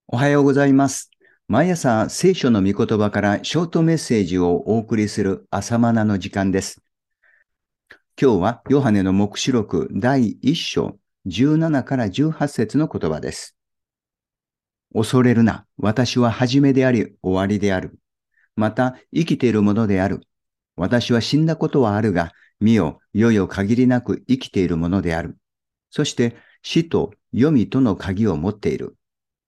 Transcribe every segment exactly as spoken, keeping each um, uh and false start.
おはようございます。毎朝聖書の御言葉からショートメッセージをお送りする朝マナの時間です。今日はヨハネの黙示録だいいっ章じゅうななからじゅうはち節の言葉です。恐れるな。私は初めであり終わりである。また生きているものである。私は死んだことはあるが、見よ、いよいよ限りなく生きているものである。そして死と黄泉との鍵を持っている。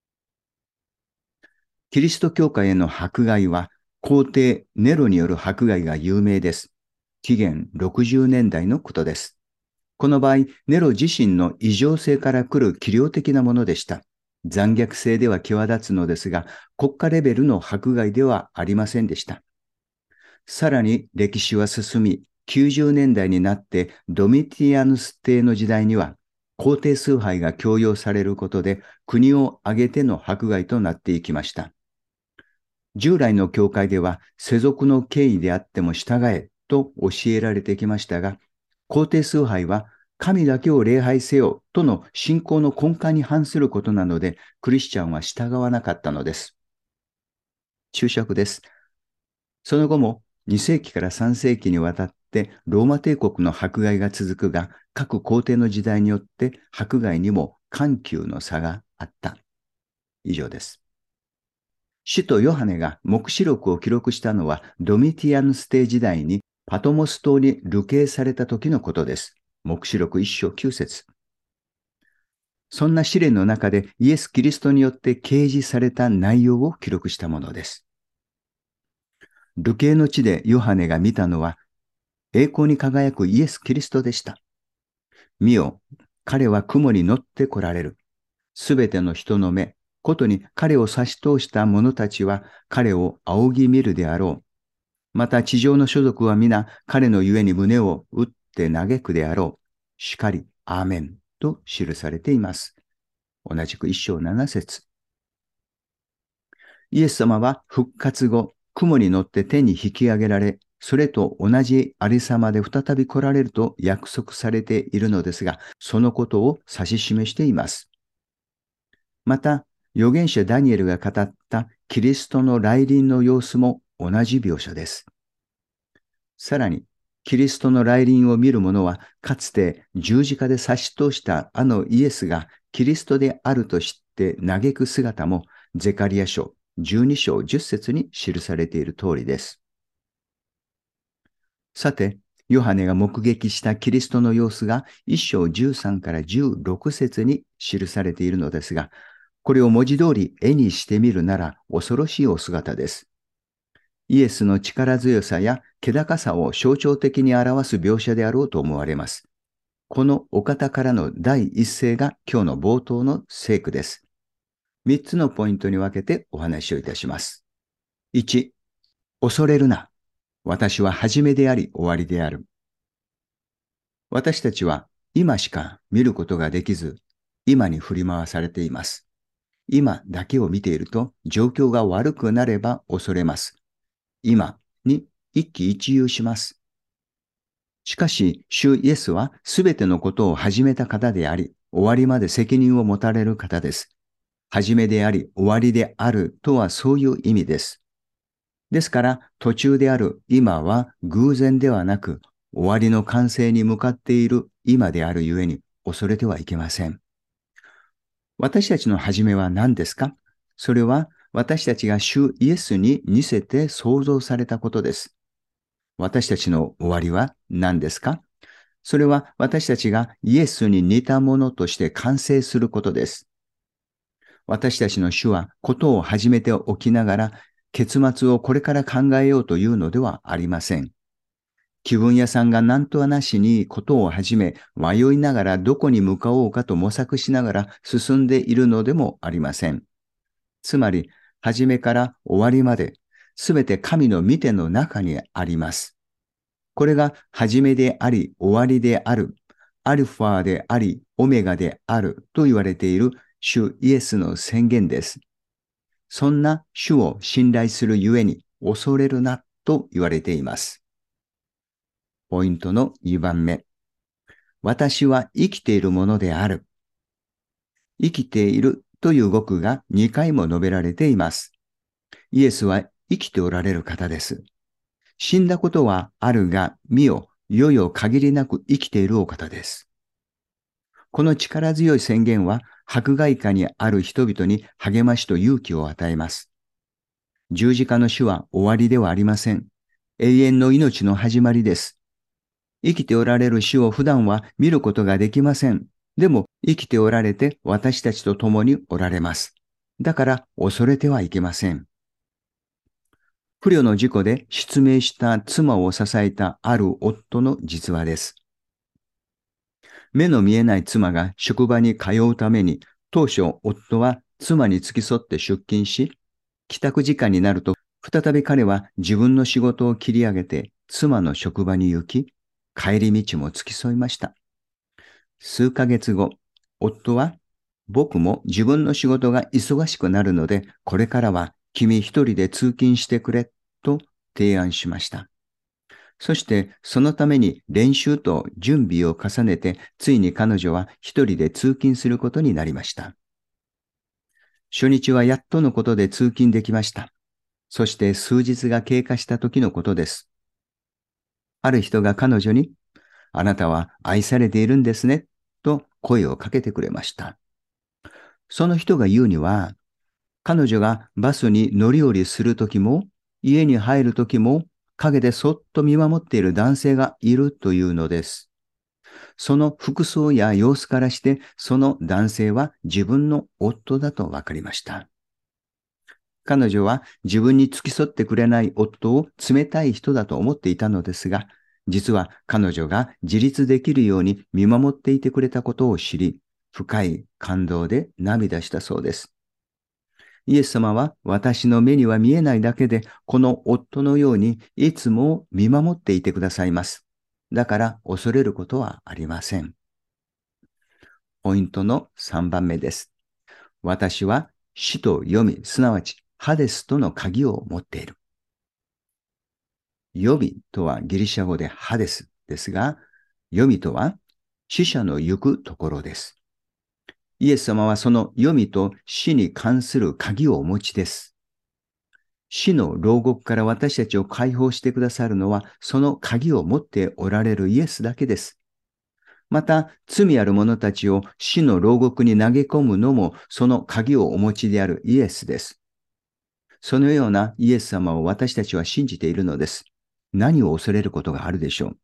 キリスト教会への迫害は、皇帝ネロによる迫害が有名です。紀元ろくじゅうねんだいのことです。この場合、ネロ自身の異常性から来る器量的なものでした。残虐性では際立つのですが、国家レベルの迫害ではありませんでした。さらに歴史は進み、きゅうじゅうねんだいになってドミティアヌス帝の時代には、皇帝崇拝が強要されることで国を挙げての迫害となっていきました。従来の教会では世俗の敬意であっても従えと教えられてきましたが、皇帝崇拝は神だけを礼拝せよとの信仰の根幹に反することなので、クリスチャンは従わなかったのです。注釈です。その後もに世紀からさん世紀にわたってローマ帝国の迫害が続くが、各皇帝の時代によって迫害にも緩急の差があった。以上です。使徒ヨハネが黙示録を記録したのはドミティアヌス帝時代にパトモス島に流刑された時のことです。黙示録いっ章きゅう節。そんな試練の中でイエス・キリストによって掲示された内容を記録したものです。流刑の地でヨハネが見たのは栄光に輝くイエス・キリストでした。見よ、彼は雲に乗って来られる。すべての人の目、ことに彼を差し通した者たちは彼を仰ぎ見るであろう。また地上の所属は皆彼のゆえに胸を打って嘆くであろう。しかり、アーメンと記されています。同じく一章七節。イエス様は復活後、雲に乗って天に引き上げられ、それと同じありさまで再び来られると約束されているのですが、そのことを指し示しています。また、預言者ダニエルが語ったキリストの来臨の様子も同じ描写です。さらに、キリストの来臨を見る者は、かつて十字架で差し通したあのイエスがキリストであると知って嘆く姿も、ゼカリヤ書じゅうに章じゅっ節に記されている通りです。さて、ヨハネが目撃したキリストの様子がいっ章じゅうさんからじゅうろく節に記されているのですが、これを文字通り絵にしてみるなら恐ろしいお姿です。イエスの力強さや気高さを象徴的に表す描写であろうと思われます。このお方からの第一声が今日の冒頭の聖句です。三つのポイントに分けてお話をいたします。いち、恐れるな。私は初めであり終わりである。私たちは今しか見ることができず、今に振り回されています。今だけを見ていると状況が悪くなれば恐れます。今に一喜一憂します。しかし、主イエスはすべてのことを始めた方であり、終わりまで責任を持たれる方です。始めであり、終わりであるとはそういう意味です。ですから、途中である今は偶然ではなく、終わりの完成に向かっている今であるゆえに恐れてはいけません。私たちの始めは何ですか？それは私たちが主イエスに似せて創造されたことです。私たちの終わりは何ですか？それは私たちがイエスに似たものとして完成することです。私たちの主はことを始めておきながら結末をこれから考えようというのではありません。気分屋さんが何とはなしにことを始め、迷いながらどこに向かおうかと模索しながら進んでいるのでもありません。つまり、始めから終わりまで、すべて神の見ての中にあります。これが始めであり、終わりである、アルファであり、オメガであると言われている主イエスの宣言です。そんな主を信頼するゆえに恐れるなと言われています。ポイントのにばんめ。私は生きているものである。生きているという語句がにかいも述べられています。イエスは生きておられる方です。死んだことはあるが、見よ、いよいよ限りなく生きているお方です。この力強い宣言は、迫害下にある人々に励ましと勇気を与えます。十字架の死は終わりではありません。永遠の命の始まりです。生きておられる死を普段は見ることができません。でも生きておられて私たちと共におられます。だから恐れてはいけません。不慮の事故で失明した妻を支えたある夫の実話です。目の見えない妻が職場に通うために、当初夫は妻に付き添って出勤し、帰宅時間になると再び彼は自分の仕事を切り上げて妻の職場に行き、帰り道も付き添いました。数ヶ月後、夫は僕も自分の仕事が忙しくなるので、これからは君一人で通勤してくれと提案しました。そしてそのために練習と準備を重ねて、ついに彼女は一人で通勤することになりました。初日はやっとのことで通勤できました。そして数日が経過した時のことです。ある人が彼女に、あなたは愛されているんですね、と声をかけてくれました。その人が言うには、彼女がバスに乗り降りするときも、家に入るときも、陰でそっと見守っている男性がいるというのです。その服装や様子からして、その男性は自分の夫だと分かりました。彼女は自分に付き添ってくれない夫を冷たい人だと思っていたのですが、実は彼女が自立できるように見守っていてくれたことを知り、深い感動で涙したそうです。イエス様は私の目には見えないだけで、この夫のようにいつも見守っていてくださいます。だから恐れることはありません。ポイントのさんばんめです。私は死と読み、すなわちハデスとの鍵を持っている。読みとはギリシャ語でハデスですが、読みとは死者の行くところです。イエス様はその読みと死に関する鍵をお持ちです。死の牢獄から私たちを解放してくださるのは、その鍵を持っておられるイエスだけです。また、罪ある者たちを死の牢獄に投げ込むのも、その鍵をお持ちであるイエスです。そのようなイエス様を私たちは信じているのです。何を恐れることがあるでしょう。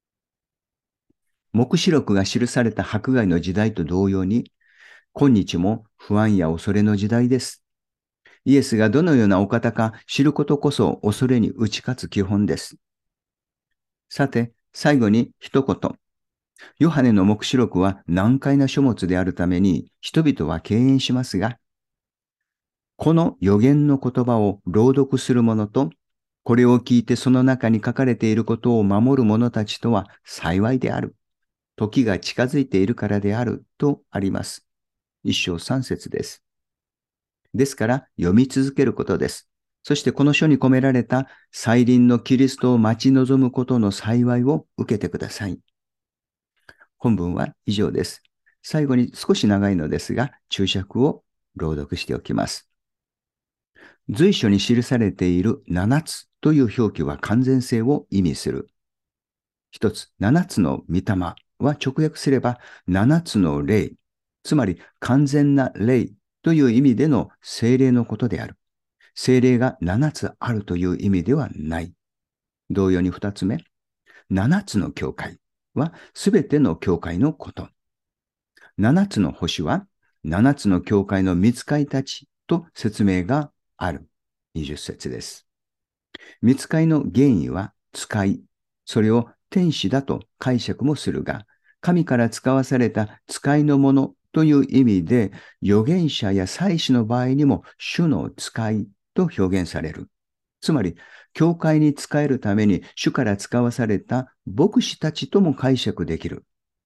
黙示録が記された迫害の時代と同様に、今日も不安や恐れの時代です。イエスがどのようなお方か知ることこそ恐れに打ち勝つ基本です。さて、最後に一言。ヨハネの黙示録は難解な書物であるために人々は敬遠しますが、この預言の言葉を朗読する者と、これを聞いてその中に書かれていることを守る者たちとは幸いである。時が近づいているからであるとあります。一章三節です。ですから読み続けることです。そしてこの書に込められた再臨のキリストを待ち望むことの幸いを受けてください。本文は以上です。最後に少し長いのですが、注釈を朗読しておきます。随所に記されている七つという表記は完全性を意味する。一つ、七つの御霊は直訳すれば七つの霊、つまり完全な霊という意味での聖霊のことである。聖霊が七つあるという意味ではない。同様に二つ目、七つの教会はすべての教会のこと。七つの星は七つの教会の御使いたちと説明がある。二十節です。御使いの原意は使い、それを天使だと解釈もするが、神から使わされた使いのものという意味で、預言者や祭司の場合にも主の使いと表現される。つまり、教会に仕えるために主から使わされた牧師たちとも解釈できる。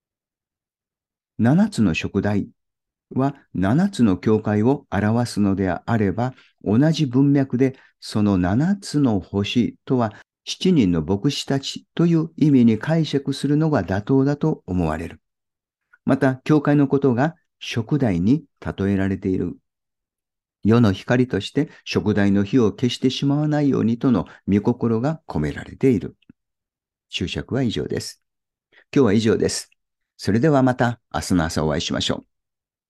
七つの職代は七つの教会を表すのであれば、同じ文脈でその七つの星とは七人の牧師たちという意味に解釈するのが妥当だと思われる。また、教会のことが食台に例えられている。世の光として食台の火を消してしまわないようにとの御心が込められている。注釈は以上です。今日は以上です。それではまた明日の朝お会いしましょう。